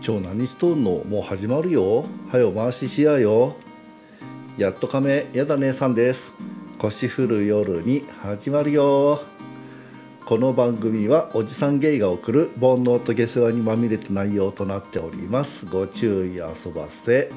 ちょ何しとんの、もう始まるよ。はよ回ししやよ。やっとかめやだ姉さんです。腰振る夜に始まるよ。この番組はおじさんゲイが送る煩悩と下世話にまみれた内容となっております。ご注意あそばせ。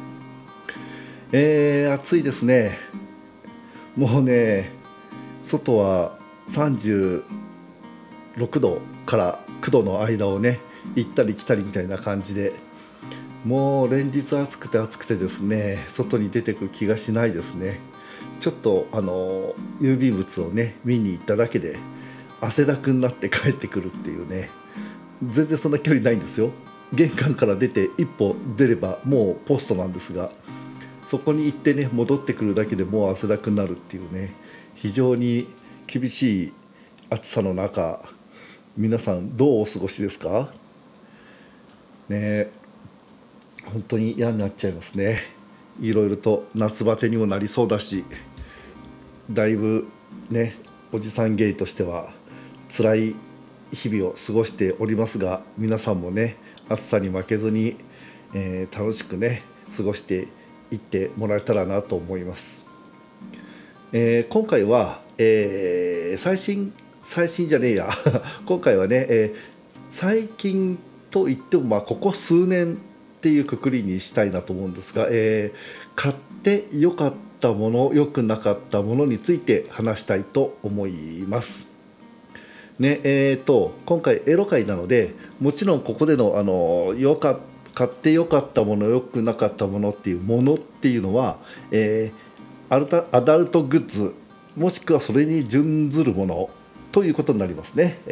暑いですね。もうね、外は36度から9度の間をね行ったり来たりみたいな感じで、もう連日暑くて暑くてですね、外に出てく気がしないですね。ちょっと郵便物をね見に行っただけで汗だくになって帰ってくるっていうね。全然そんな距離ないんですよ。玄関から出て一歩出ればもうポストなんですが、そこに行ってね戻ってくるだけでもう汗だくになるっていうね、非常に厳しい暑さの中、皆さんどうお過ごしですかね。本当に嫌になっちゃいますね。いろいろと夏バテにもなりそうだし、だいぶねおじさんゲイとしては辛い日々を過ごしておりますが、皆さんもね暑さに負けずに、楽しくね過ごしていってもらえたらなと思います。今回は、最新じゃねえや今回はね、最近といってもここ数年っていうくくりにしたいなと思うんですが、買って良かったもの良くなかったものについて話したいと思いますね。今回エロ会なので、もちろんここでの買って良かったもの良くなかったものっていうものっていうのは、アダルトグッズもしくはそれに準ずるものということになりますね。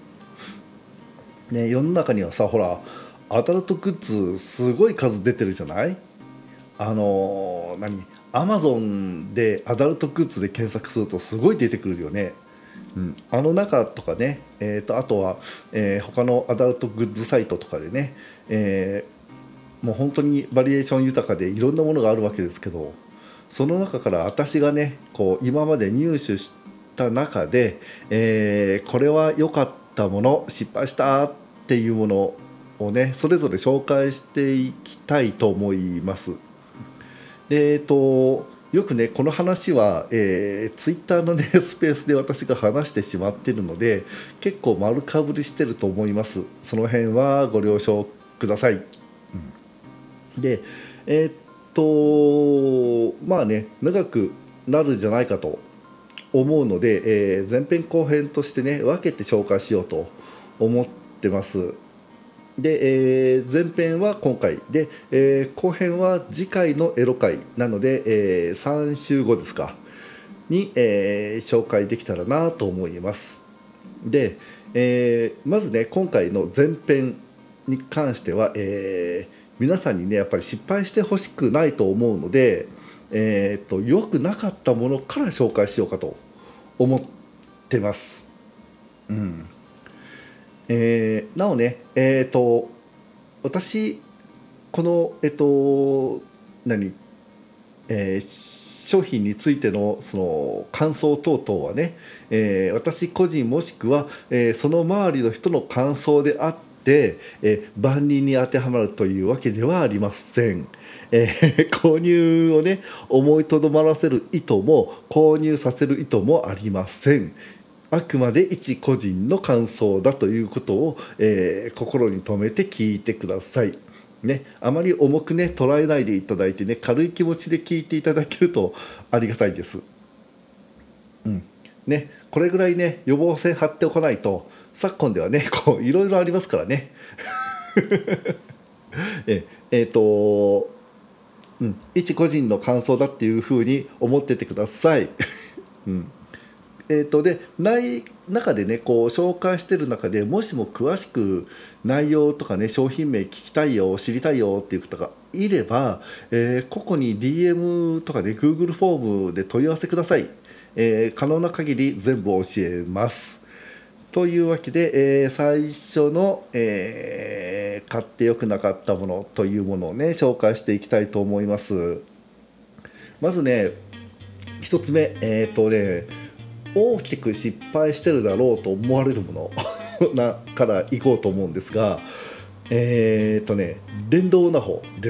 世の中にはさ、ほらアダルトグッズすごい数出てるじゃない。アマゾンでアダルトグッズで検索するとすごい出てくるよね。あの中とかね、あとは、他のアダルトグッズサイトとかでね、もう本当にバリエーション豊かでいろんなものがあるわけですけど、その中から私がねこう今まで入手した中で、これは良かったもの、失敗したっていうものをねそれぞれ紹介していきたいと思います。でよくねこの話は、ツイッターのねスペースで私が話してしまっているので、結構丸かぶりしてると思います。その辺はご了承ください。で長くなるんじゃないかと思うので、前編後編としてね分けて紹介しようと思ってます。で、前編は今回で、後編は次回のエロ回なので、3週後ですかに、紹介できたらなと思います。で、まずね今回の前編に関しては、皆さんにねやっぱり失敗してほしくないと思うので、良くなかったものから紹介しようかと思ってます。なおね、私この商品についてのその感想等々はね、私個人もしくは、その周りの人の感想であって、万人に当てはまるというわけではありません。購入をね思いとどまらせる意図も購入させる意図もありません。あくまで一個人の感想だということを、心に留めて聞いてください。あまり重くね捉えないでいただいてね、軽い気持ちで聞いていただけるとありがたいです。これぐらいね予防線張っておかないと、昨今ではねこういろいろありますからね。一個人の感想だっていうふうに思っててください。で中でねこう紹介してる中で、もしも詳しく内容とかね商品名聞きたいよ知りたいよっていう方がいれば、個々に DM とかね Google フォームで問い合わせください。可能な限り全部教えます。というわけで、最初の、買ってよくなかったものというものをね紹介していきたいと思います。まずね一つ目、大きく失敗してるだろうと思われるものからいこうと思うんですが、 電動オナホです。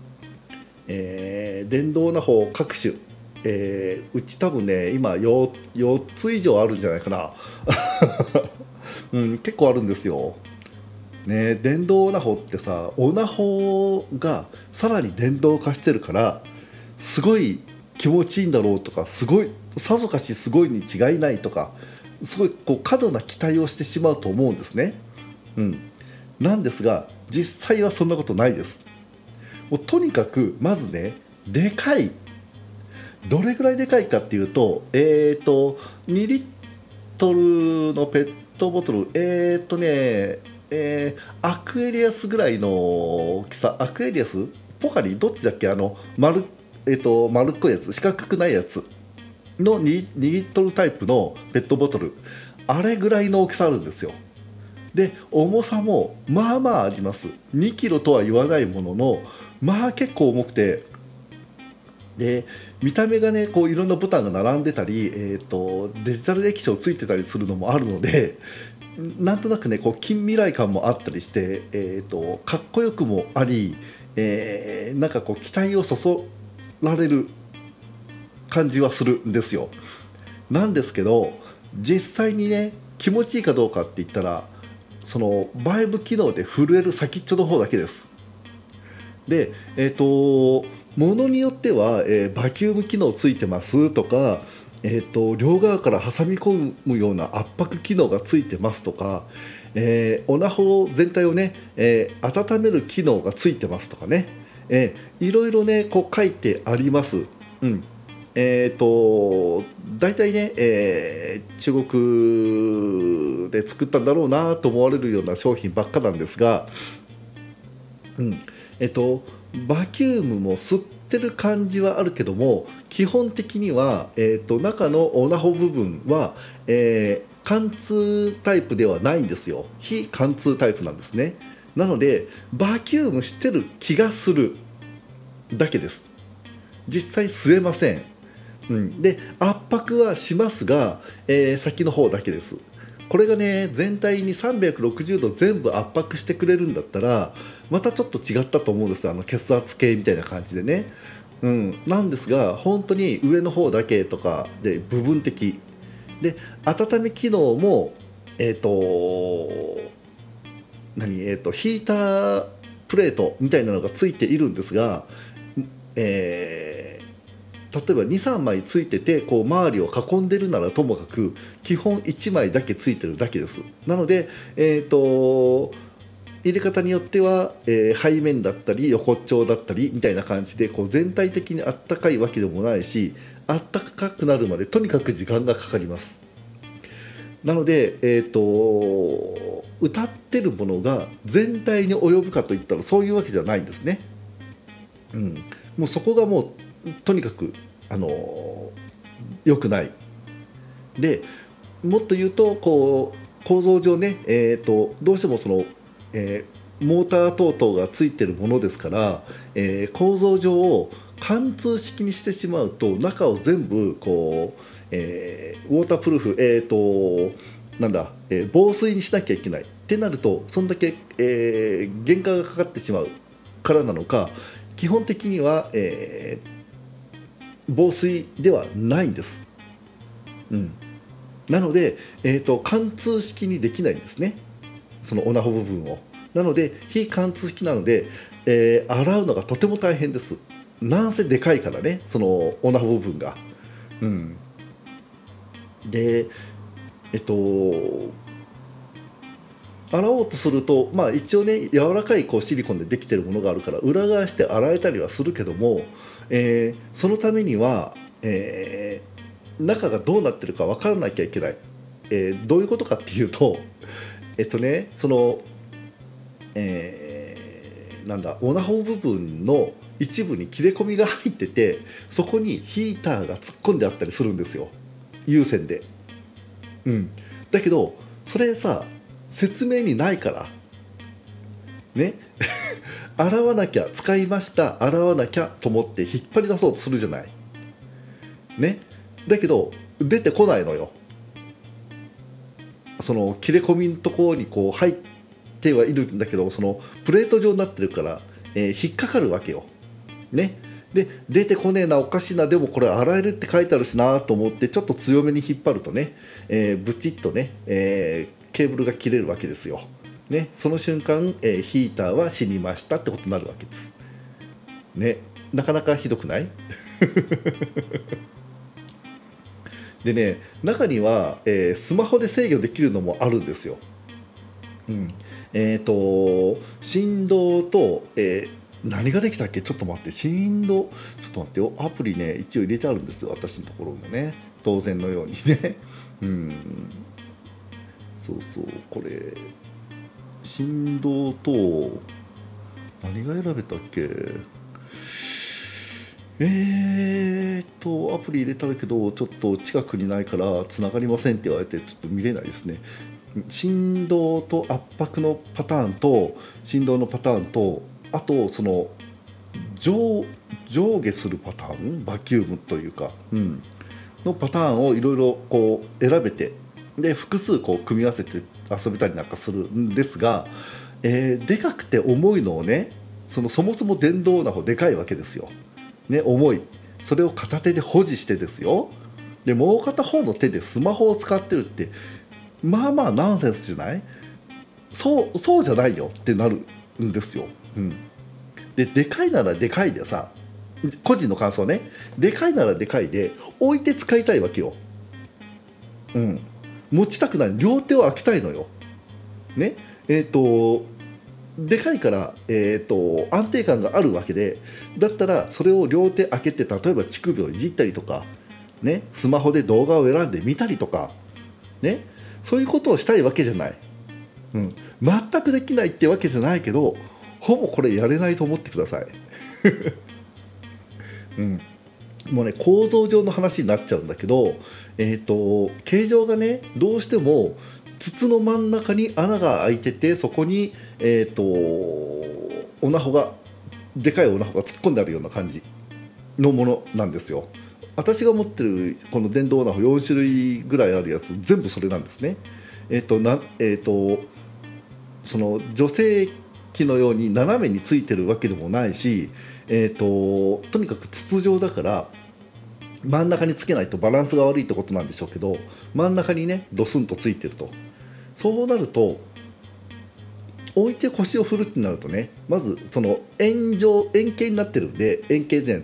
電動オナホ各種、うち多分ね今4つ以上あるんじゃないかな。うん、結構あるんですよ。ね、電動オナホってさ、オナホがさらに電動化してるからすごい気持ちいいんだろうとか、すごいさぞかしすごいに違いないとか、すごいこう過度な期待をしてしまうと思うんですね。うん、なんですが実際はそんなことないです。もうとにかくまずね、でかい。どれぐらいでかいかっていうと、2リットルのペットボトル、アクエリアスぐらいの大きさ。アクエリアスポカリどっちだっけ、丸っこいやつ、四角くないやつの 2リットルタイプのペットボトル、あれぐらいの大きさあるんですよ。で重さもまあまああります。2キロとは言わないものの、まあ結構重くて、で見た目がねこういろんなボタンが並んでたり、デジタル液晶ついてたりするのもあるので、なんとなくねこう近未来感もあったりして、かっこよくもあり、なんかこう期待をそそられる感じはするんですよ。なんですけど実際にね気持ちいいかどうかって言ったら、そのバイブ機能で震える先っちょの方だけです。で、ものによっては、バキューム機能ついてますとか、両側から挟み込むような圧迫機能がついてますとか、オナホ全体をね、温める機能がついてますとかね、いろいろねこう書いてあります。うん、大体ね、中国で作ったんだろうなと思われるような商品ばっかなんですが、うん、バキュームも吸ってる感じはあるけども、基本的には、中のオナホ部分は、貫通タイプではないんですよ。非貫通タイプなんですね。なのでバキュームしてる気がするだけです。実際吸えません。うん、で圧迫はしますが、先の方だけです。これがね全体に360度全部圧迫してくれるんだったらまたちょっと違ったと思うんですよ。血圧計みたいな感じでね、うん、なんですが本当に上の方だけとかで部分的で、温め機能もえっ、とヒータープレートみたいなのがついているんですが、えー例えば23枚ついててこう周りを囲んでるならともかく、基本1枚だけついてるだけです。なので、入れ方によっては、背面だったり横っちょだったりみたいな感じでこう全体的にあったかいわけでもないし、あったかくなるまでとにかく時間がかかります。なので、歌ってるものが全体に及ぶかといったらそういうわけじゃないんですね。うん、もうそこがもうとにかく良くない。でもっと言うとこう構造上ね、どうしてもその、モーター等々がついてるものですから、構造上貫通式にしてしまうと中を全部こう、ウォータープルーフ、なんだ、防水にしなきゃいけないってなるとそんだけ、原価がかかってしまうからなのか、基本的には、防水ではないんです。うん、なので、貫通式にできないんですね、そのオナホ部分を。なので非貫通式なので、洗うのがとても大変です。なんせでかいからね、そのオナホ部分が。うん、でえっと洗おうとすると、まあ、一応ね柔らかいこうシリコンでできてるものがあるから裏返して洗えたりはするけども、そのためには、中がどうなってるか分からなきゃいけない。どういうことかっていうと、その、なんだオナホ部分の一部に切れ込みが入ってて、そこにヒーターが突っ込んであったりするんですよ、有線で。うん、だけどそれさ説明にないからね。洗わなきゃ、使いました洗わなきゃと思って引っ張り出そうとするじゃないね。だけど出てこないのよ。その切れ込みのところにこう入ってはいるんだけど、そのプレート状になってるから、引っかかるわけよ。ね。で出てこねえな、おかしいな、でもこれ洗えるって書いてあるしなと思ってちょっと強めに引っ張るとね、ブチッとね、ケーブルが切れるわけですよ。ね、その瞬間、ヒーターは死にましたってことになるわけです。ね、なかなかひどくない？でね、中には、スマホで制御できるのもあるんですよ。うん、振動と、何ができたっけ、ちょっと待って、振動、ちょっと待ってよ、アプリね、一応入れてあるんですよ、私のところもね、当然のようにね。うん、そうそう、これ、振動と、何が選べたっけ、アプリ入れたけど、ちょっと近くにないから繋がりませんって言われて、ちょっと見れないですね。振動と圧迫のパターンと、振動のパターンと、あとその上下するパターン、バキュームというか、のパターンをいろいろこう選べて、で複数こう組み合わせて遊べたりなんかするんですが、でかくて重いのをね、そもそも電動な方でかいわけですよ。ね、重い。それを片手で保持してですよ。でもう片方の手でスマホを使ってるって、まあまあナンセンスじゃない？そうじゃないよってなるんですよ。でかいならでかいでさ、個人の感想ね、でかいならでかいで置いて使いたいわけよ。持ちたくない、両手を空きたいのよ。ね、でかいから、安定感があるわけで、だったらそれを両手開けて、例えば乳首をいじったりとか、ね、スマホで動画を選んで見たりとか、ね、そういうことをしたいわけじゃない。全くできないってわけじゃないけど、ほぼこれやれないと思ってください。もうね、構造上の話になっちゃうんだけど、形状がね、どうしても筒の真ん中に穴が開いてて、そこに、オナホが、でかいオナホが突っ込んであるような感じのものなんですよ。私が持ってるこの電動オナホ4種類ぐらいあるやつ、全部それなんですね。その女性器のように斜めについてるわけでもないし、とにかく筒状だから真ん中につけないとバランスが悪いってことなんでしょうけど、真ん中にねドスンとついてると、そうなると置いて腰を振るってなるとね、まずその円形になってるんで、円形で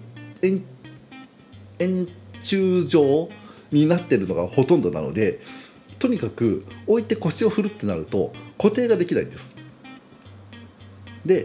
円柱状になってるのがほとんどなので、とにかく置いて腰を振るってなると固定ができないんです。で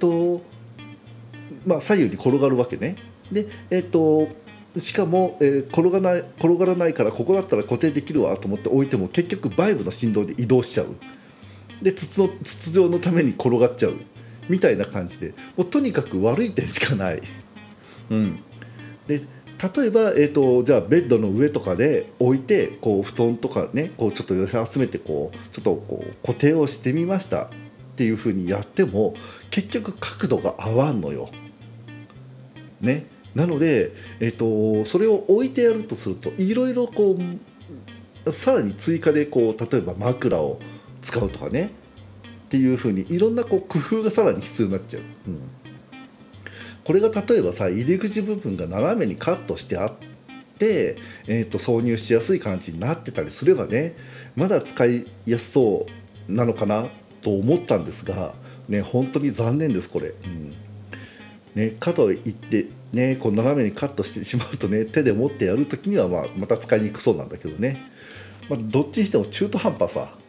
左右に転がるわけね。でしかも、転がらないから、ここだったら固定できるわと思って置いても結局バイブの振動で移動しちゃう。で筒状のために転がっちゃうみたいな感じで、もうとにかく悪い点しかない。で例えば、じゃあベッドの上とかで置いて、こう布団とかね、こうちょっと寄せ集めて、こうちょっとこう固定をしてみましたっていう風にやっても結局角度が合わんのよ。ね、なので、それを置いてやるとすると、いろいろこうさらに追加で、こう例えば枕を使うとかねっていう風に、いろんなこう工夫がさらに必要になっちゃう。これが例えばさ、入り口部分が斜めにカットしてあって、挿入しやすい感じになってたりすればね、まだ使いやすそうなのかなと思ったんですが、ね、本当に残念ですこれ。かといってね、こう斜めにカットしてしまうとね、手で持ってやるときにはまた使いにくそうなんだけどね、どっちにしても中途半端さ。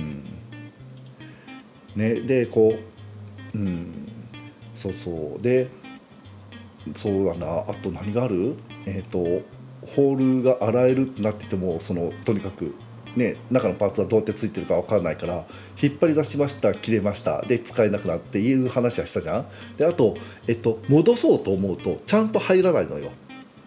でこう、そうそう、でそうだな、あと何がある？ホールが洗えるってなってても、とにかくね、中のパーツはどうやってついてるか分からないから、引っ張り出しました、切れましたで使えなくなっていう話はしたじゃん。であと、戻そうと思うとちゃんと入らないのよ。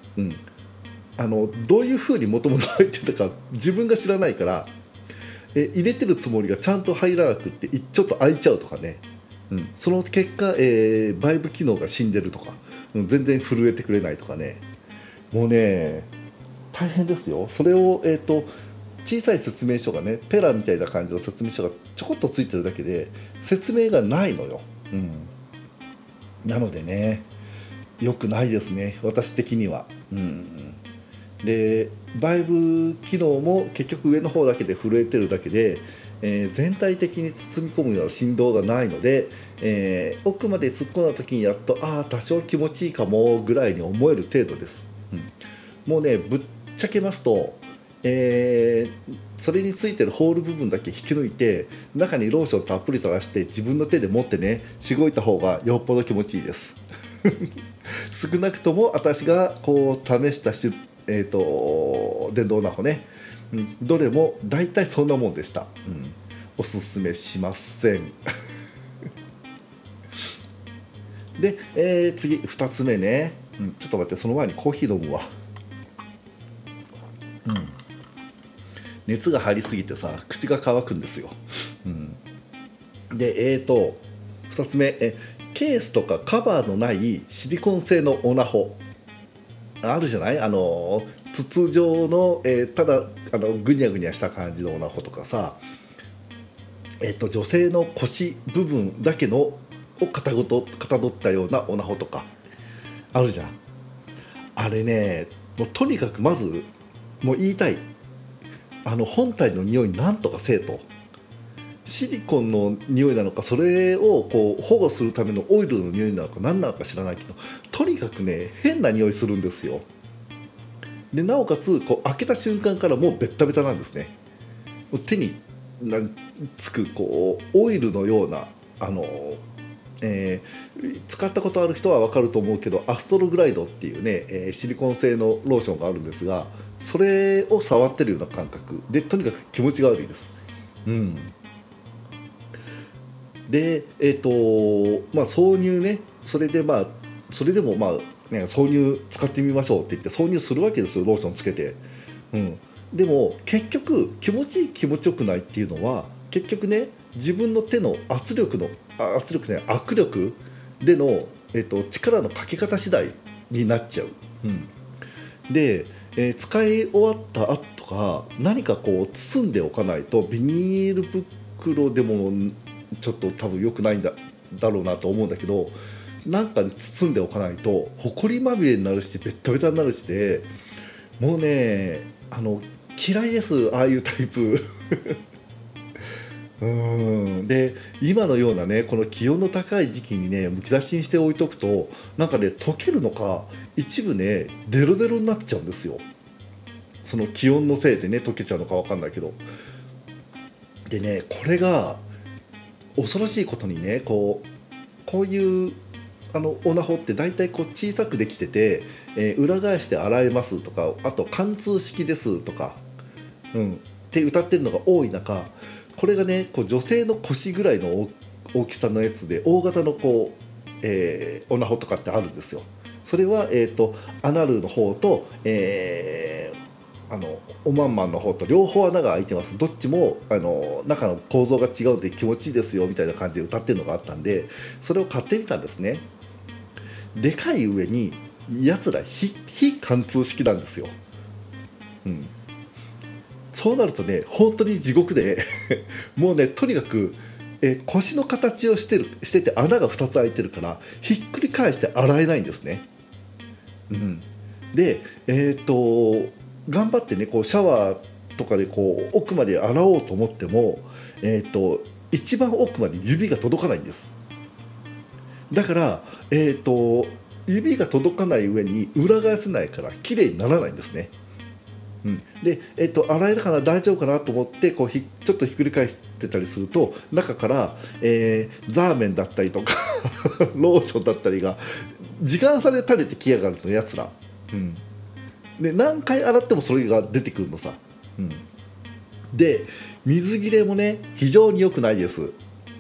どういうふうにもともと入ってたか自分が知らないから、入れてるつもりがちゃんと入らなくって、ちょっと開いちゃうとかね。その結果、バイブ機能が死んでるとか、全然震えてくれないとかね、もうね大変ですよ。それを小さい説明書がね、ペラみたいな感じの説明書がちょこっとついてるだけで説明がないのよ。なのでね、良くないですね、私的には。でバイブ機能も結局上の方だけで震えてるだけで、全体的に包み込むような振動がないので、奥まで突っ込んだ時にやっと多少気持ちいいかもぐらいに思える程度です。もうね、ぶっちゃけますと、それについてるホール部分だけ引き抜いて中にローションたっぷり垂らして自分の手で持ってね、しごいた方がよっぽど気持ちいいです。少なくとも私がこう試した電動オナホね、どれも大体そんなもんでした。おすすめしません。で、次2つ目ね、ちょっと待って、その前にコーヒー飲むわ。熱が入りすぎてさ、口が乾くんですよ。で2つ目、ケースとかカバーのないシリコン製のオナホあるじゃない、筒状の、ただぐにゃぐにゃした感じのオナホとかさ、女性の腰部分だけのをかたどったようなオナホとかあるじゃん。あれね、もうとにかくまずもう言いたい、本体の匂いなんとかせえと。シリコンの匂いなのか、それをこう保護するためのオイルの匂いなのか何なのか知らないけど、とにかくね変な匂いするんですよ。でなおかつこう開けた瞬間からもうベッタベタなんですね。手につくこうオイルのような使ったことある人は分かると思うけど、アストログライドっていうね、シリコン製のローションがあるんですが、それを触ってるような感覚でとにかく気持ちが悪いです。で挿入ね、それでそれでも挿入使ってみましょうって言って挿入するわけですよ、ローションつけて。でも結局気持ちいい気持ちよくないっていうのは結局ね、自分の手の握力での、力のかけ方次第になっちゃう。で、使い終わった後とか何かこう包んでおかないと、ビニール袋でもちょっと多分良くないだろうなと思うんだけど、なんか包んでおかないとほこりまみれになるしベッタベタになるしで、もうね嫌いです、ああいうタイプ。で今のようなねこの気温の高い時期にねむき出しにして置いとくとなんかね溶けるのか一部ねデロデロになっちゃうんですよ。その気温のせいでね溶けちゃうのか分かんないけど。でねこれが恐ろしいことにねこういうオナホって大体こう小さくできてて、裏返して洗えますとか、あと貫通式ですとか、って歌ってるのが多い中、これがねこう女性の腰ぐらいの大きさのやつで大型のこう、オナホとかってあるんですよ。それは、アナルの方と、おまんまんの方と両方穴が開いてます、どっちも中の構造が違うんで気持ちいいですよみたいな感じで歌ってるのがあったんで、それを買ってみたんですね。でかい上にやつら非貫通式なんですよ。そうなるとね本当に地獄でもうねとにかく、腰の形をしてて穴が2つ開いてるからひっくり返して洗えないんですね。で頑張ってねこうシャワーとかでこう奥まで洗おうと思っても、一番奥まで指が届かないんです。だから、指が届かない上に裏返せないから綺麗にならないんですね。で、洗えたかな大丈夫かなと思ってこうちょっとひっくり返してたりすると中から、ザーメンだったりとかローションだったりが時間差で垂れてきやがるのやつら。で何回洗ってもそれが出てくるのさ。で水切れもね非常に良くないです。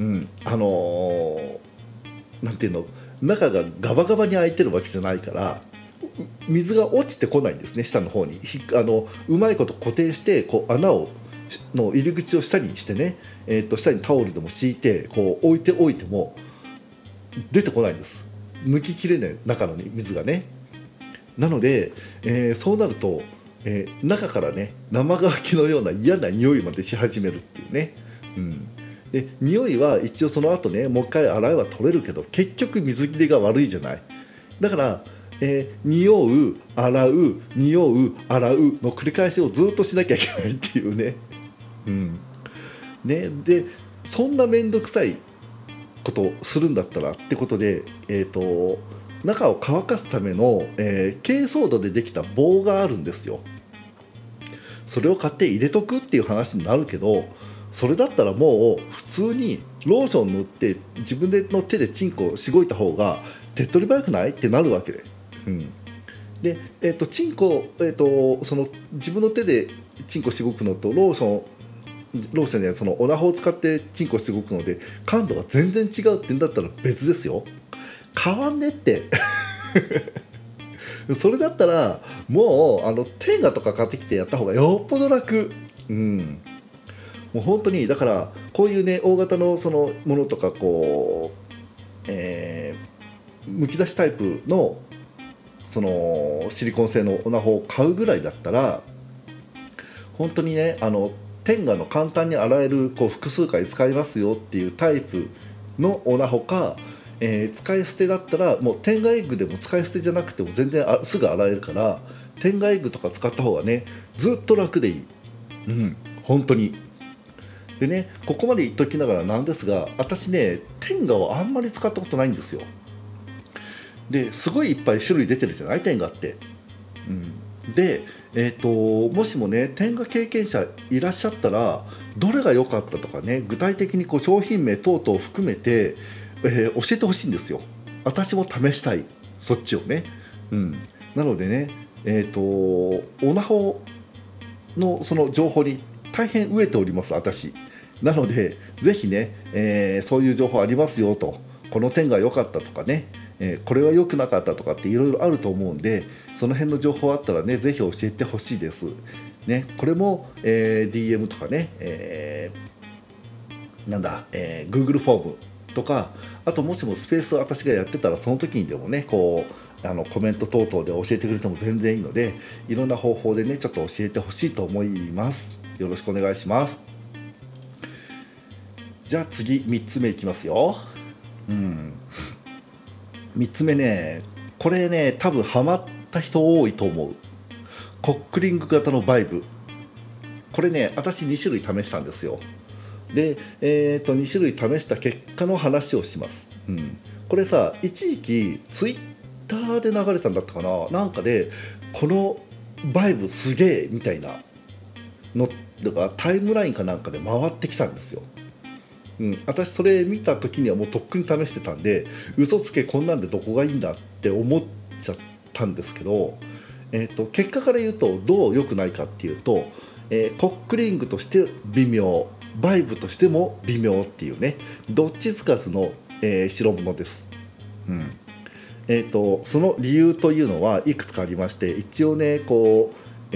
なんていうの、中がガバガバに開いてるわけじゃないから水が落ちてこないんですね、下の方にうまいこと固定してこう穴の入り口を下にしてね、下にタオルでも敷いてこう置いておいても出てこないんです、抜ききれない中の水がね。なので、そうなると中からね生乾きのような嫌な匂いまでし始めるっていうね、で匂いは一応その後ねもう一回洗いは取れるけど結局水切れが悪いじゃない。だから、匂う洗う匂う洗うの繰り返しをずっとしなきゃいけないっていうね、でそんな面倒くさいことをするんだったらってことで、中を乾かすための、珪藻土でできた棒があるんですよ。それを買って入れとくっていう話になるけど、それだったらもう普通にローション塗って自分の手でチンコをしごいた方が手っ取り早くないってなるわけで、で、チンコ、その自分の手でチンコしごくのとローションでそのオナホを使ってチンコして動くので感度が全然違うって言うんだったら別ですよ。変わんねってそれだったらもうテンガとか買ってきてやった方がよっぽど楽。もう本当にだからこういうね大型のそのものとかこう、むき出しタイプのそのシリコン製のオナホを買うぐらいだったら本当にねテンガの簡単に洗えるこう複数回使いますよっていうタイプのオナホか、使い捨てだったらもうテンガエッグでも使い捨てじゃなくても全然すぐ洗えるからテンガエッグとか使った方がねずっと楽でいい。本当に。でねここまで言っときながらなんですが私ねテンガをあんまり使ったことないんですよ。ですごいいっぱい種類出てるじゃないテンガって。で、もしもねテンガ経験者いらっしゃったらどれが良かったとかね具体的にこう商品名等々を含めて、教えてほしいんですよ。私も試したいそっちをね。なのでねオナホのその情報に大変飢えております私。なのでぜひね、そういう情報ありますよとこの点が良かったとかね、これは良くなかったとかっていろいろあると思うんでその辺の情報あったらねぜひ教えてほしいです、これも、DM とかね、Google フォームとかあともしもスペースを私がやってたらその時にでもねこうコメント等々で教えてくれても全然いいのでいろんな方法でねちょっと教えてほしいと思います。よろしくお願いします。じゃあ次3つ目いきますよ。3つ目ねこれね多分ハマった人多いと思う。コックリング型のバイブ。これね私2種類試したんですよ。で、2種類試した結果の話をします。これさ一時期ツイッターで流れたんだったかななんかでこのバイブすげえみたいなのだからタイムラインかなんかで回ってきたんですよ。私それ見た時にはもうとっくに試してたんで嘘つけこんなんでどこがいいんだって思っちゃったんですけど、結果から言うとどう良くないかっていうと、コックリングとして微妙バイブとしても微妙っていうねどっちつかずの、代物です。その理由というのはいくつかありまして一応ねこう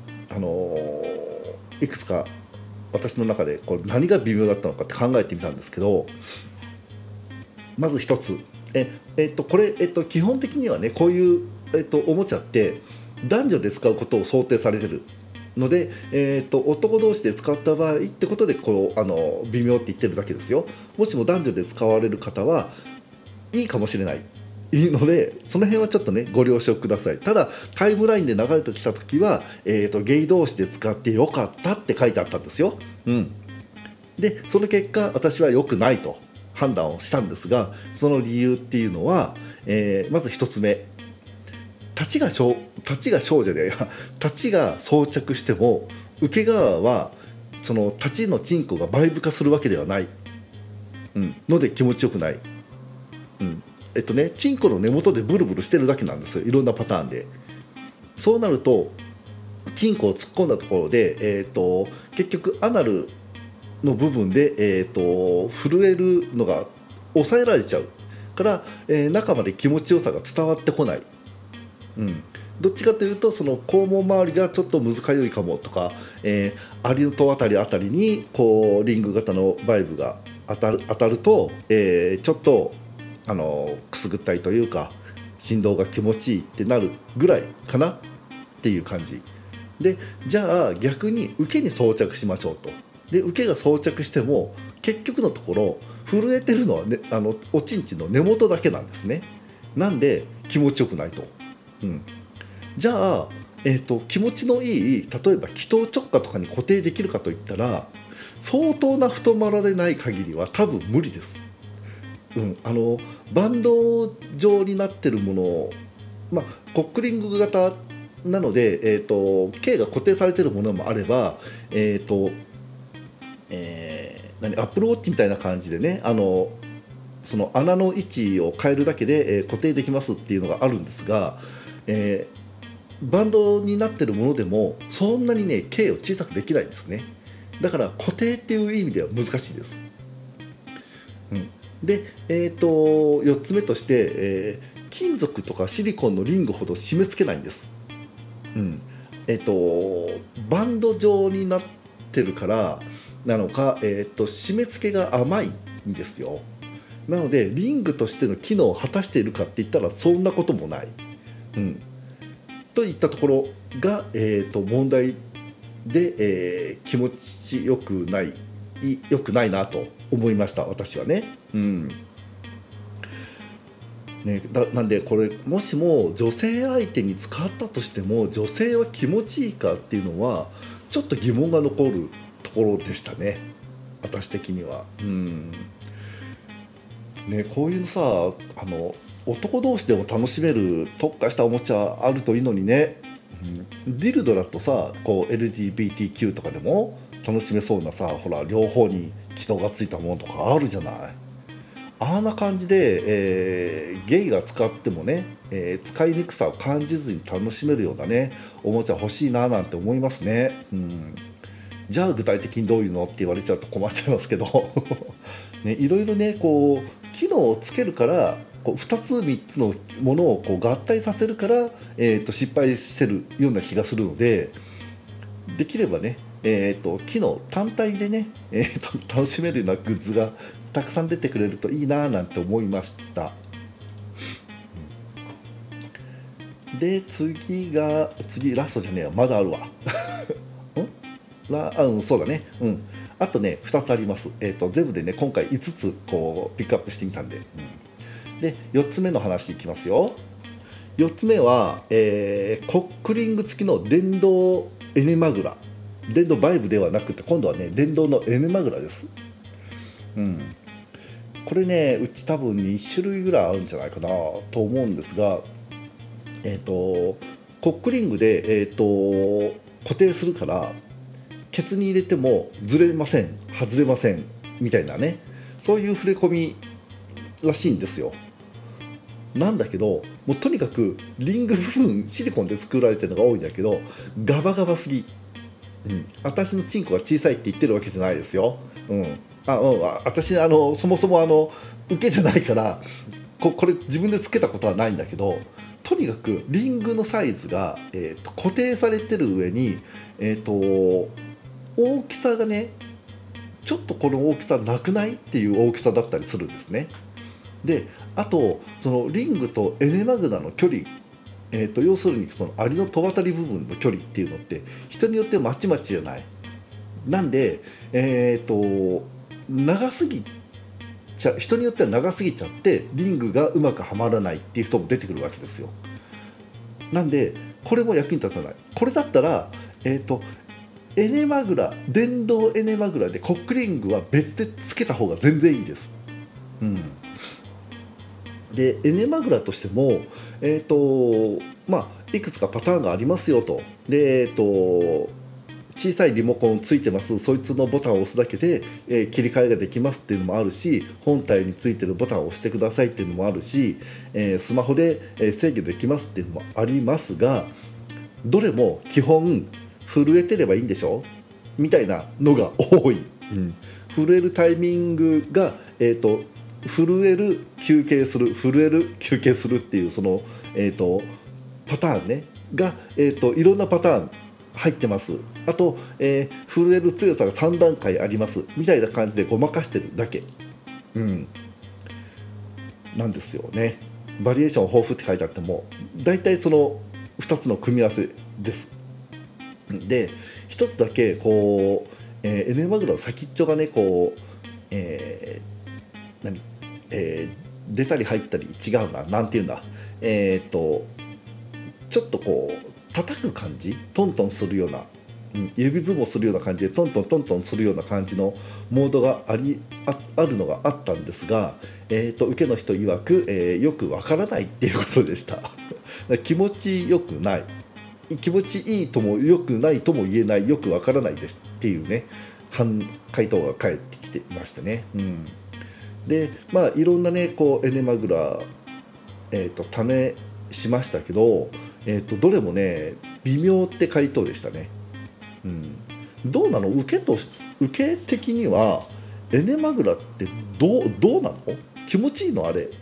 いくつか私の中でこれ何が微妙だったのかって考えてみたんですけどまず一つこれ、基本的にはねこういう、おもちゃって男女で使うことを想定されてるので、男同士で使った場合ってことでこう微妙って言ってるだけですよ。もしも男女で使われる方はいいかもしれないのでその辺はちょっとねご了承ください。ただタイムラインで流れてきた時は、ゲイ同士で使ってよかったって書いてあったんですよ。でその結果私は良くないと判断をしたんですがその理由っていうのは、まず一つ目立ちが少女で立ちが装着しても受け側はその立ちのチンコがバイブ化するわけではない、ので気持ちよくない。チンコの根元でブルブルしてるだけなんですよいろんなパターンで。そうなるとチンコを突っ込んだところで、結局アナルの部分で、震えるのが抑えられちゃうから、中まで気持ちよさが伝わってこない。どっちかというとその肛門周りがちょっとむずかゆいかもとか、アリの塔あたりにこうリング型のバイブが当たると、ちょっとくすぐったいというか振動が気持ちいいってなるぐらいかなっていう感じ。 でじゃあ逆に受けに装着しましょうと。で受けが装着しても結局のところ震えてるのは、ね、おちんちんの根元だけなんですね。なんで気持ちよくないと、じゃあ、気持ちのいい例えば気頭直下とかに固定できるかといったら相当な太まらでない限りは多分無理です。バンド状になってるもの、コックリング型なので、径が固定されてるものもあれば、アップルウォッチみたいな感じでね、その穴の位置を変えるだけで、固定できますっていうのがあるんですが、バンドになってるものでもそんなにね径を小さくできないんですね。だから固定っていう意味では難しいです。で、4つ目として、金属とかシリコンのリングほど締め付けないんです。バンド状になってるからなのか、締め付けが甘いんですよ。なのでリングとしての機能を果たしているかって言ったらそんなこともない、といったところが、問題で、気持ちよくないなと思いました私はね。なんでこれもしも女性相手に使ったとしても女性は気持ちいいかっていうのはちょっと疑問が残るところでしたね私的には。こういうのさ男同士でも楽しめる特化したおもちゃあるといいのにね。ディルドだとさこう LGBTQ とかでも楽しめそうなさほら両方に気筒がついたものとかあるじゃない。あんな感じで、ゲイが使ってもね、使いにくさを感じずに楽しめるようなねおもちゃ欲しいななんて思いますね。じゃあ具体的にどういうのって言われちゃうと困っちゃいますけどいろいろねこう機能をつけるからこう2つ3つのものをこう合体させるから、失敗してるような気がするのでできればね、機能単体でね、楽しめるようなグッズがたくさん出てくれるといいななんて思いました。で次ラストじゃねえよまだあるわそうだね。あとね2つあります。全部でね今回5つこうピックアップしてみたんで、で4つ目の話いきますよ。4つ目は、コックリング付きの電動エネマグラ、電動バイブではなくて今度はね電動のエネマグラです。これねうち多分2種類ぐらいあるんじゃないかなと思うんですが、コックリングで、固定するからケツに入れてもずれません外れませんみたいなねそういう触れ込みらしいんですよ。なんだけどもうとにかくリング部分シリコンで作られてるのが多いんだけどガバガバすぎ、私のチンコが小さいって言ってるわけじゃないですよ。私そもそも受けじゃないからこれ自分でつけたことはないんだけどとにかくリングのサイズが、固定されてる上に、大きさがねちょっとこの大きさなくないっていう大きさだったりするんですね。であとそのリングとエネマグナの距離、要するにそのアリの戸渡り部分の距離っていうのって人によってまちまちじゃない。なんで長すぎちゃ人によっては長すぎちゃってリングがうまくはまらないっていう人も出てくるわけですよ。なんでこれも役に立たない。これだったらエネマグラ電動エネマグラでコックリングは別でつけた方が全然いいです。でエネマグラとしてもいくつかパターンがありますよと。で小さいリモコンついてますそいつのボタンを押すだけで、切り替えができますっていうのもあるし本体についてるボタンを押してくださいっていうのもあるし、スマホで制御できますっていうのもありますがどれも基本震えてればいいんでしょみたいなのが多い、震えるタイミングが、震える休憩する震える休憩するっていうその、パターンねが、いろんなパターン入ってます。あと、震える強さが3段階ありますみたいな感じでごまかしてるだけ、なんですよね。バリエーション豊富って書いてあっても大体その2つの組み合わせです。 で一つだけこう、エネマグラの先っちょがねこう、何、出たり入ったり違うな、なんていうんだ、ちょっとこう叩く感じ、トントンするような、指相撲するような感じでトントントントンするような感じのモードがあるのがあったんですが、受けの人曰く、よくわからないっていうことでした。気持ちよくない、気持ちいいともよくないとも言えない、よくわからないですっていうね回答が返ってきていましたね。でまあいろんなねこうエネマグラ、試しましたけど、どれもね微妙って回答でしたね。どうなの、受け的にはエネマグラってどうなの、気持ちいいのあれ。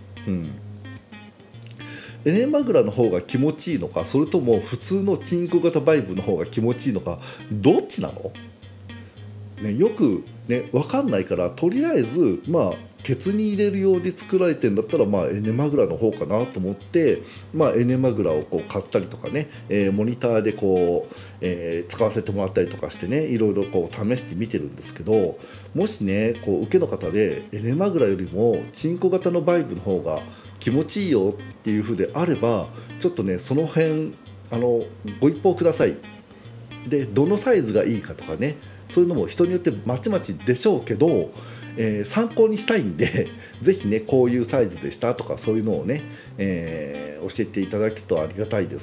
エネマグラの方が気持ちいいのか、それとも普通のチンコ型バイブの方が気持ちいいのか、どっちなの、よくね分かんないから、とりあえずまあケツに入れるように作られてるんだったら、まあエネマグラの方かなと思って、まあ、エネマグラをこう買ったりとかね、モニターでこう、使わせてもらったりとかしてね、いろいろこう試してみてるんですけど、もしねこう受けの方でエネマグラよりもチンコ型のバイブの方が気持ちいいよっていう風であれば、ちょっとねその辺ご一報ください。でどのサイズがいいかとかね、そういうのも人によってまちまちでしょうけど、参考にしたいんでぜひねこういうサイズでしたとかそういうのをね、教えていただけるとありがたいです。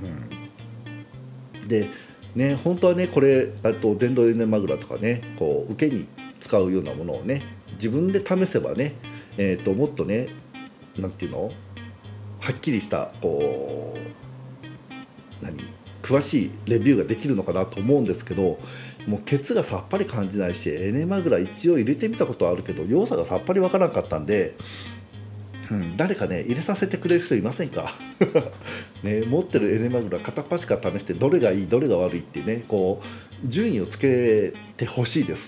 でね本当はねこれ電動エネマグラとかねこう受けに使うようなものをね自分で試せばね、もっとねなんていうのはっきりしたこう詳しいレビューができるのかなと思うんですけど、もうケツがさっぱり感じないし、エネマグラ一応入れてみたことはあるけど要素がさっぱりわからなかったんで、誰かね入れさせてくれる人いませんかね、持ってるエネマグラ片っ端から試してどれがいいどれが悪いってねこう順位をつけてほしいです、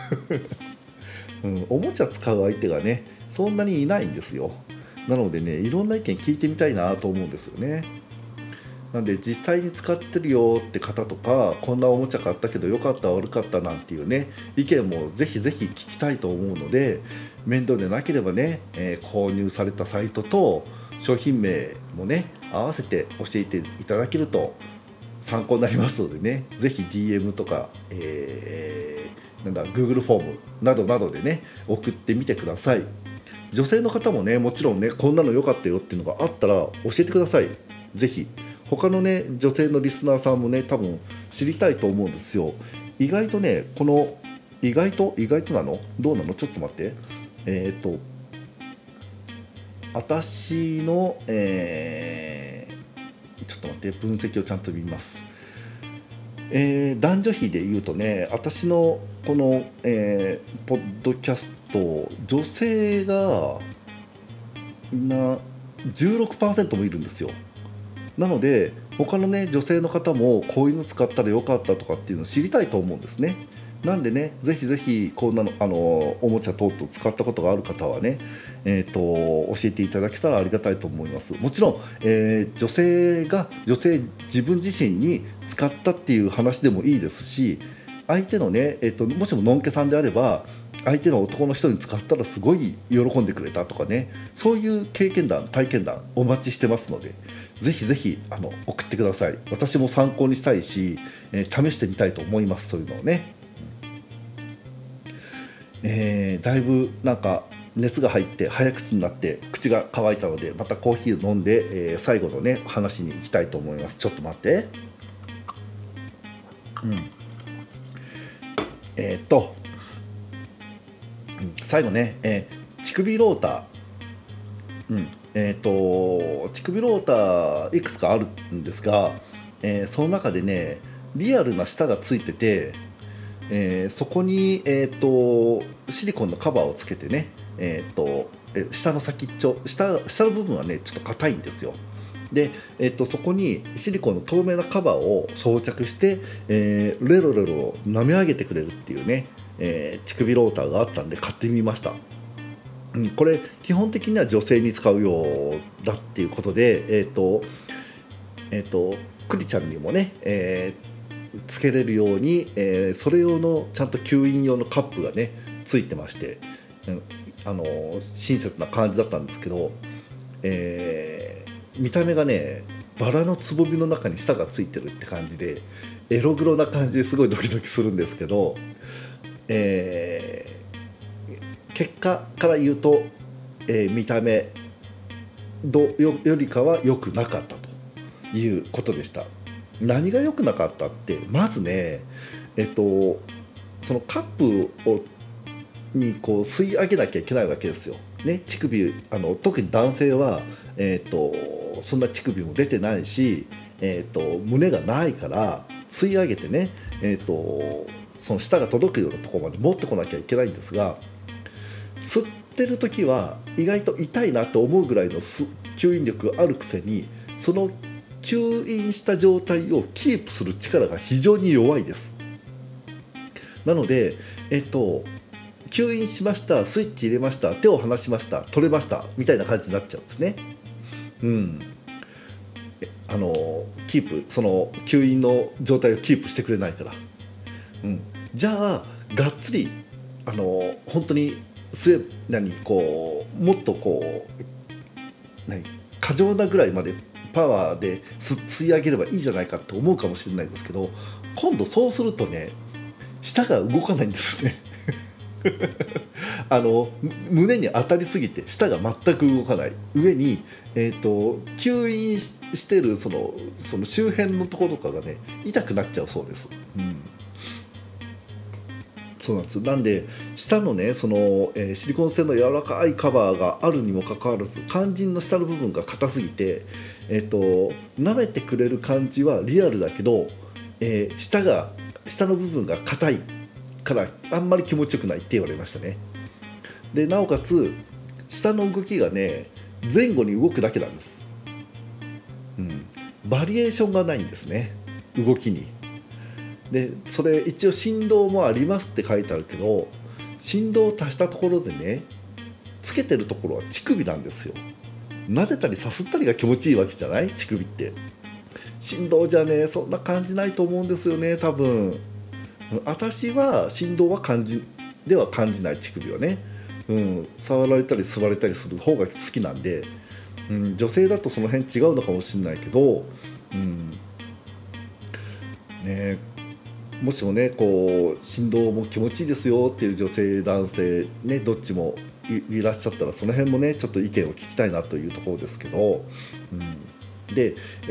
おもちゃ使う相手がねそんなにいないんですよ。なのでねいろんな意見聞いてみたいなと思うんですよね。なんで実際に使ってるよって方とか、こんなおもちゃ買ったけど良かった悪かったなんていうね意見もぜひぜひ聞きたいと思うので、面倒でなければね、購入されたサイトと商品名もね合わせて教えていただけると参考になりますのでね、ぜひ DM とか、Google フォームなどなどでね送ってみてください。女性の方もねもちろんねこんなの良かったよっていうのがあったら教えてください。ぜひ他のね女性のリスナーさんもね多分知りたいと思うんですよ。意外とねこの意外となのどうなの、ちょっと待って、私の、ちょっと待って分析をちゃんと見ます。男女比で言うとね私のこの、ポッドキャスト女性がみんな16%もいるんですよ。なので他のね女性の方もこういうの使ったらよかったとかっていうのを知りたいと思うんですね。なんでねぜひぜひこんなのおもちゃ等々使ったことがある方はね、教えていただけたらありがたいと思います。もちろん、女性自分自身に使ったっていう話でもいいですし、相手のね、もしものんけさんであれば相手の男の人に使ったらすごい喜んでくれたとかね、そういう経験談体験談お待ちしてますので、ぜひぜひ送ってください。私も参考にしたいし、試してみたいと思います。そういうのをね、だいぶなんか熱が入って早口になって口が乾いたので、またコーヒーを飲んで、最後のね話に行きたいと思います。ちょっと待って、最後ね、乳首ローター、乳首ローターいくつかあるんですが、その中でねリアルな舌がついてて、そこに、シリコンのカバーをつけてね、下の先っちょ下の部分はねちょっと硬いんですよ。で、そこにシリコンの透明なカバーを装着して、レロレロ舐め上げてくれるっていうね、乳首ローターがあったんで買ってみました。これ基本的には女性に使うようだっていうことで、クリちゃんにもね、 つけれるように、それ用のちゃんと吸引用のカップがねついてまして、親切な感じだったんですけど、見た目がねバラのつぼみの中に舌がついてるって感じでエログロな感じですごいドキドキするんですけど、結果から言うと、見た目よりかは良くなかったということでした。何が良くなかったってまずね、そのカップにこう吸い上げなきゃいけないわけですよ。ね、乳首特に男性は、そんな乳首も出てないし、胸がないから吸い上げてね、その舌が届くようなところまで持ってこなきゃいけないんですが、吸ってる時は意外と痛いなと思うぐらいの吸引力があるくせに、その吸引した状態をキープする力が非常に弱いです。なので、吸引しました、スイッチ入れました、手を離しました、取れましたみたいな感じになっちゃうんですね。キープ、その吸引の状態をキープしてくれないから、じゃあがっつり本当にもっと過剰なぐらいまでパワーで吸い上げればいいじゃないかって思うかもしれないですけど、今度そうするとね舌が動かないんですね胸に当たりすぎて舌が全く動かない上に、吸引してるその周辺のところとかがね痛くなっちゃうそうです。そうなんです。なんで下のねシリコン製の柔らかいカバーがあるにもかかわらず、肝心の下の部分が硬すぎて、舐めてくれる感じはリアルだけど、下の部分が硬いからあんまり気持ちよくないって言われましたね。でなおかつ下の動きがね前後に動くだけなんです。バリエーションがないんですね、動きに。でそれ一応振動もありますって書いてあるけど、振動を足したところでねつけてるところは乳首なんですよ。撫でたりさすったりが気持ちいいわけじゃない、乳首って。振動じゃねそんな感じないと思うんですよね、多分。私は振動は感じない、乳首はね、触られたり吸われたりする方が好きなんで、女性だとその辺違うのかもしれないけど、もしもね振動も気持ちいいですよっていう女性男性ねどっちも いらっしゃったら、その辺もねちょっと意見を聞きたいなというところですけど、で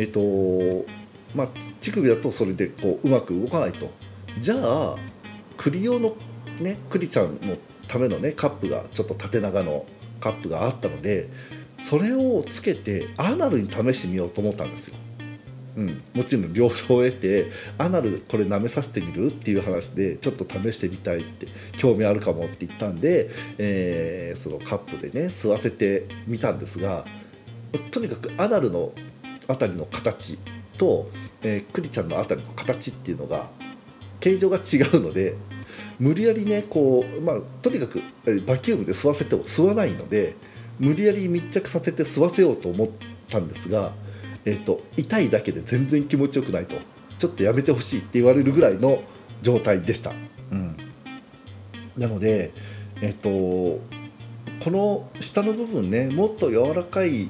乳首だとそれでうまく動かないと。じゃあ栗用のね栗ちゃんのためのねカップがちょっと縦長のカップがあったので、それをつけてアナルに試してみようと思ったんですよ。もちろん了承を得てアナルこれ舐めさせてみるっていう話でちょっと試してみたいって興味あるかもって言ったんで、そのカップでね吸わせてみたんですが、とにかくアナルのあたりの形と、クリちゃんのあたりの形っていうのが形状が違うので、無理やりねとにかくバキュームで吸わせても吸わないので、無理やり密着させて吸わせようと思ったんですが、痛いだけで全然気持ちよくないと、ちょっとやめてほしいって言われるぐらいの状態でした。なので、この下の部分ねもっと柔らかい、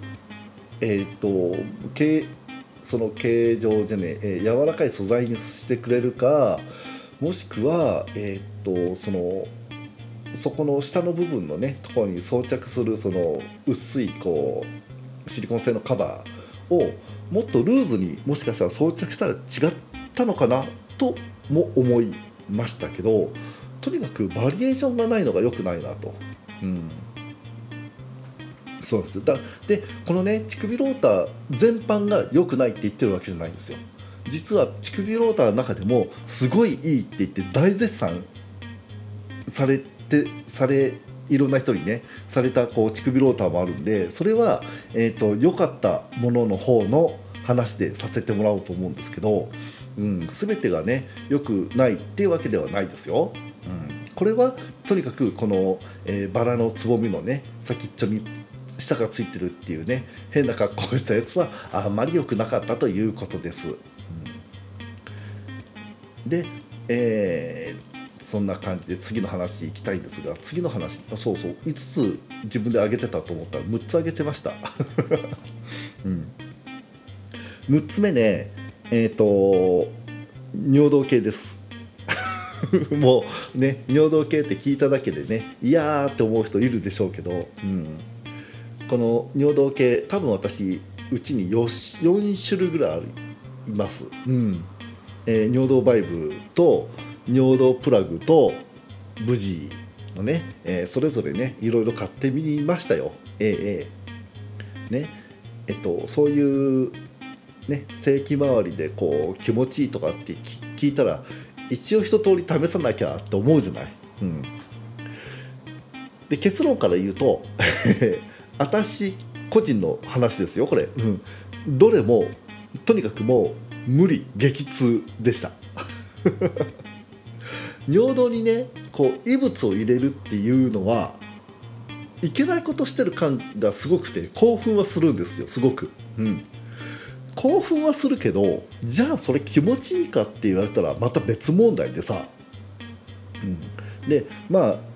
その形状じゃね柔らかい素材にしてくれるか、もしくは、そこの下の部分のねところに装着するその薄いシリコン製のカバーをもっとルーズにもしかしたら装着したら違ったのかなとも思いましたけど、とにかくバリエーションがないのが良くないなと。そうです。でこのね乳首ローター全般が良くないって言ってるわけじゃないんですよ。実は乳首ローターの中でもすごいいいって言って大絶賛されいろんな人にねされた乳首ローターもあるんで、それは良かったものの方の話でさせてもらおうと思うんですけど、全てがね良くないっていうわけではないですよ。これはとにかくこの、バラのつぼみのね先っちょに舌がついてるっていうね変な格好をしたやつはあまり良くなかったということです。 で、そんな感じで次の話いきたいんですが、次の話、そうそう、5つ自分で上げてたと思ったら6つ上げてました、うん、6つ目ね、尿道系ですもうね、尿道系って聞いただけでね、いやーって思う人いるでしょうけど、この尿道系、多分私うちに 4種類ぐらいいます、尿道バイブと尿道プラグとブジーのね、それぞれねいろいろ買ってみましたよ。ね、そういうね、正規周りでこう気持ちいいとかって聞いたら一応一通り試さなきゃって思うじゃない。で結論から言うと私個人の話ですよこれ、どれもとにかくもう無理激痛でした尿道にねこう異物を入れるっていうのはいけないことしてる感がすごくて興奮はするんですよすごく、興奮はするけどじゃあそれ気持ちいいかって言われたらまた別問題でさ、でまあ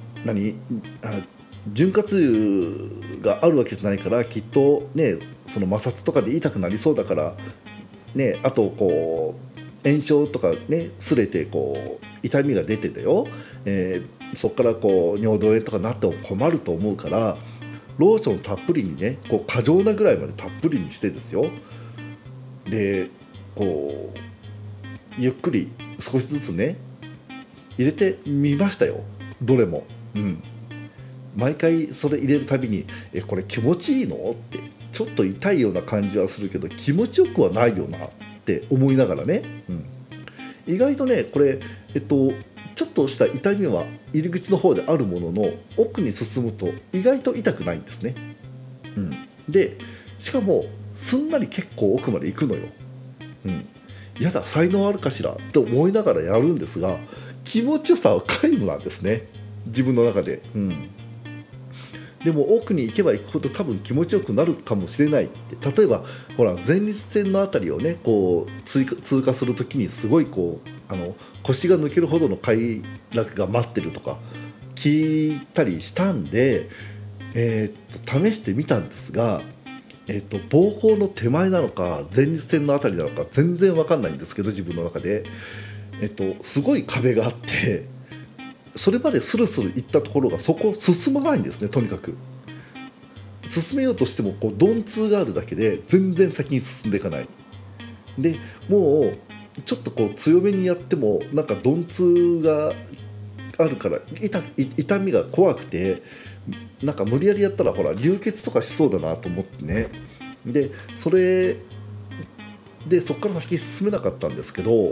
潤滑油があるわけじゃないからきっとねその摩擦とかで痛くなりそうだからね、あとこう炎症とかね擦れてこう痛みが出てたよ、そこからこう尿道炎とかなっても困ると思うからローションたっぷりにねこう過剰なぐらいまでたっぷりにしてですよ、でこうゆっくり少しずつね入れてみましたよどれも、毎回それ入れるたびにこれ気持ちいいのってちょっと痛いような感じはするけど気持ちよくはないよなって思いながらね、意外とねこれちょっとした痛みは入り口の方であるものの奥に進むと意外と痛くないんですね、でしかもすんなり結構奥まで行くのよ、やだ才能あるかしらって思いながらやるんですが気持ちよさは皆無なんですね自分の中で、でも奥に行けば行くほど多分気持ちよくなるかもしれないって、例えばほら前立腺のあたりをねこう通過するときにすごいこう腰が抜けるほどの快楽が待ってるとか聞いたりしたんで、試してみたんですが、膀胱の手前なのか前立腺のあたりなのか全然分かんないんですけど自分の中で、すごい壁があってそれまでスルスルいったところがそこ進まないんですね。とにかく進めようとしてもこう鈍痛があるだけで全然先に進んでいかないで、もうちょっとこう強めにやってもなんか鈍痛があるから痛みが怖くてなんか無理やりやったらほら流血とかしそうだなと思ってね、でそれでそこから先進めなかったんですけど、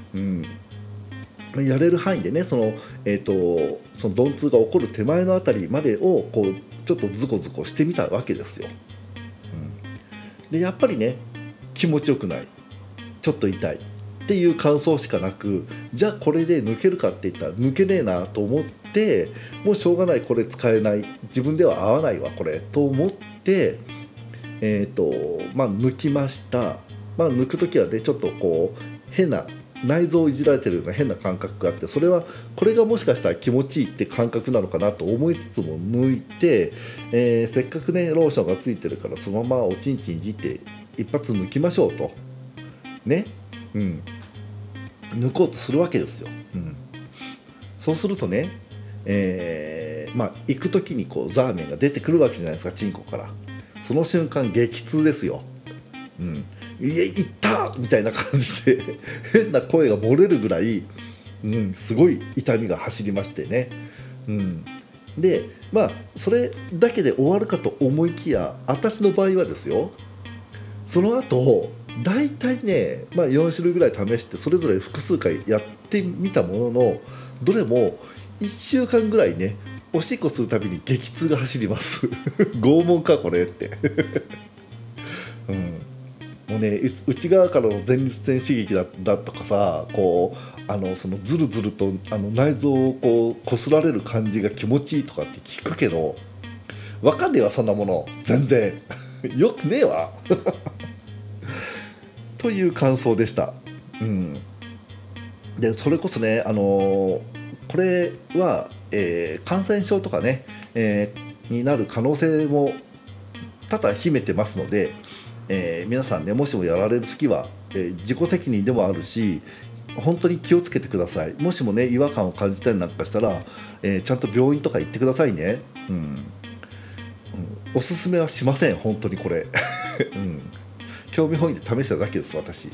やれる範囲でねその鈍痛が起こる手前のあたりまでをこうちょっとズコズコしてみたわけですよ、でやっぱりね気持ちよくないちょっと痛いっていう感想しかなく、じゃあこれで抜けるかって言ったら抜けねえなと思って、もうしょうがないこれ使えない自分では合わないわこれと思って抜きました。抜く時はねちょっとこう変な内臓をいじられてるような変な感覚があって、それはこれがもしかしたら気持ちいいって感覚なのかなと思いつつも抜いて、せっかくねローションがついてるからそのままおちんちんいじって一発抜きましょうとね、抜こうとするわけですよ、そうするとね、行く時にこうザーメンが出てくるわけじゃないですかチンコから。その瞬間激痛ですよ、いや行ったみたいな感じで変な声が漏れるぐらい、すごい痛みが走りましてね、でそれだけで終わるかと思いきや私の場合はですよ、その後だいたいね、4種類ぐらい試してそれぞれ複数回やってみたもののどれも1週間ぐらいねおしっこするたびに激痛が走ります拷問かこれってもうね内側からの前立腺刺激だとかさこうそのズルズルと内臓をこう擦られる感じが気持ちいいとかって聞くけどわかんねえわそんなもの全然よくねえわという感想でした、 でそれこそね、これは、感染症とかね、になる可能性も多々秘めてますので、皆さんね、もしもやられる時は、自己責任でもあるし、本当に気をつけてください。もしもね違和感を感じたりなんかしたら、ちゃんと病院とか行ってくださいね。おすすめはしません、本当にこれ、興味本位で試しただけです私。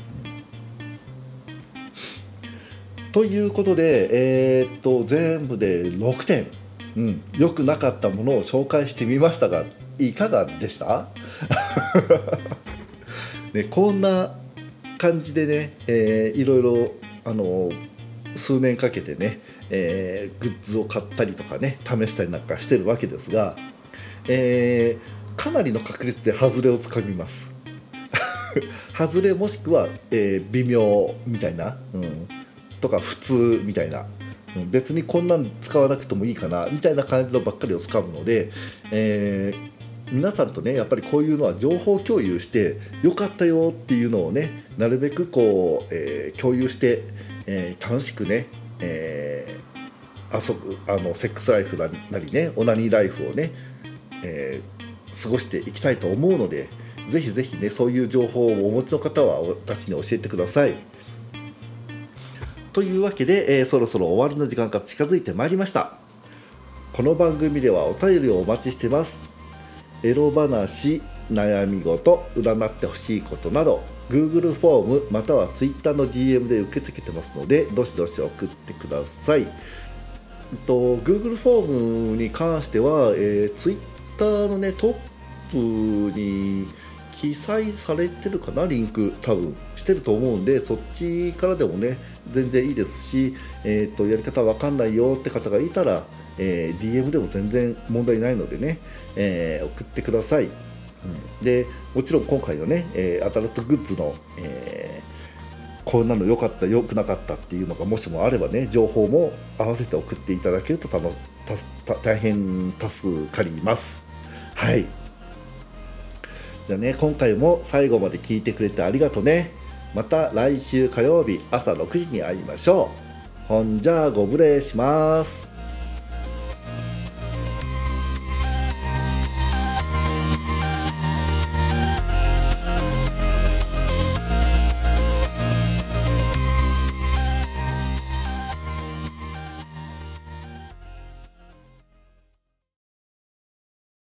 ということで、全部で6点、良くなかったものを紹介してみましたが、いかがでした？ね、こんな感じでね、いろいろ数年かけてね、グッズを買ったりとかね試したりなんかしてるわけですが、かなりの確率で外れをつかみます。外れもしくは、微妙みたいな、とか普通みたいな、別にこんなん使わなくてもいいかなみたいな感じのばっかりをつかむので、皆さんとねやっぱりこういうのは情報共有してよかったよっていうのをねなるべくこう、共有して、楽しくね、遊ぶセックスライフなりねオナニーライフをね、過ごしていきたいと思うので、ぜひぜひねそういう情報をお持ちの方は私に教えてください。というわけで、そろそろ終わりの時間が近づいてまいりました。この番組ではお便りをお待ちしてます。エロ話、悩み事、占ってほしいことなど Google フォームまたは Twitter の DM で受け付けてますので、どしどし送ってください。Google フォームに関しては、Twitter のねトップに記載されてるかな、リンク多分してると思うんで、そっちからでもね全然いいですし、やり方わかんないよって方がいたら、DM でも全然問題ないのでね、送ってください。でもちろん今回のね、アダルトグッズの、こんなの良かった良くなかったっていうのがもしもあればね、情報も合わせて送っていただけると大変助かります。はい、じゃあね、今回も最後まで聞いてくれてありがとうね。また来週火曜日朝6時に会いましょう。ほんじゃあご無礼します。